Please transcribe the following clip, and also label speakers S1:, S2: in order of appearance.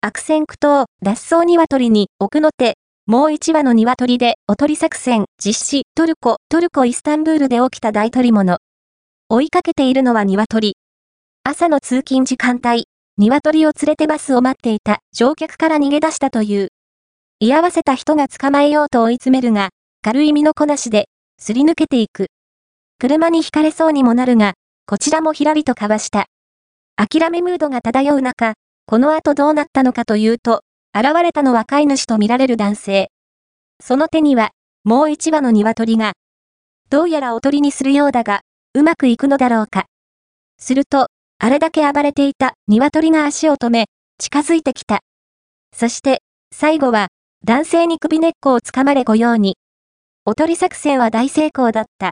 S1: 悪戦苦闘、脱走鶏に奥の手、もう1羽の鶏でおとり作戦実施、トルコイスタンブールで起きた大捕り物。追いかけているのは鶏。朝の通勤時間帯、鶏を連れてバスを待っていた乗客から逃げ出したという。居合わせた人が捕まえようと追い詰めるが、軽い身のこなしで、すり抜けていく。車にひかれそうにもなるが、こちらもひらりとかわした。諦めムードが漂う中、この後どうなったのかというと、現れたのは飼い主とみられる男性。その手には、もう1羽の鶏が。どうやらおとりにするようだが、うまくいくのだろうか。すると、あれだけ暴れていた鶏が足を止め、近づいてきた。そして、最後は、男性に首根っこをつかまれご用に。おとり作戦は大成功だった。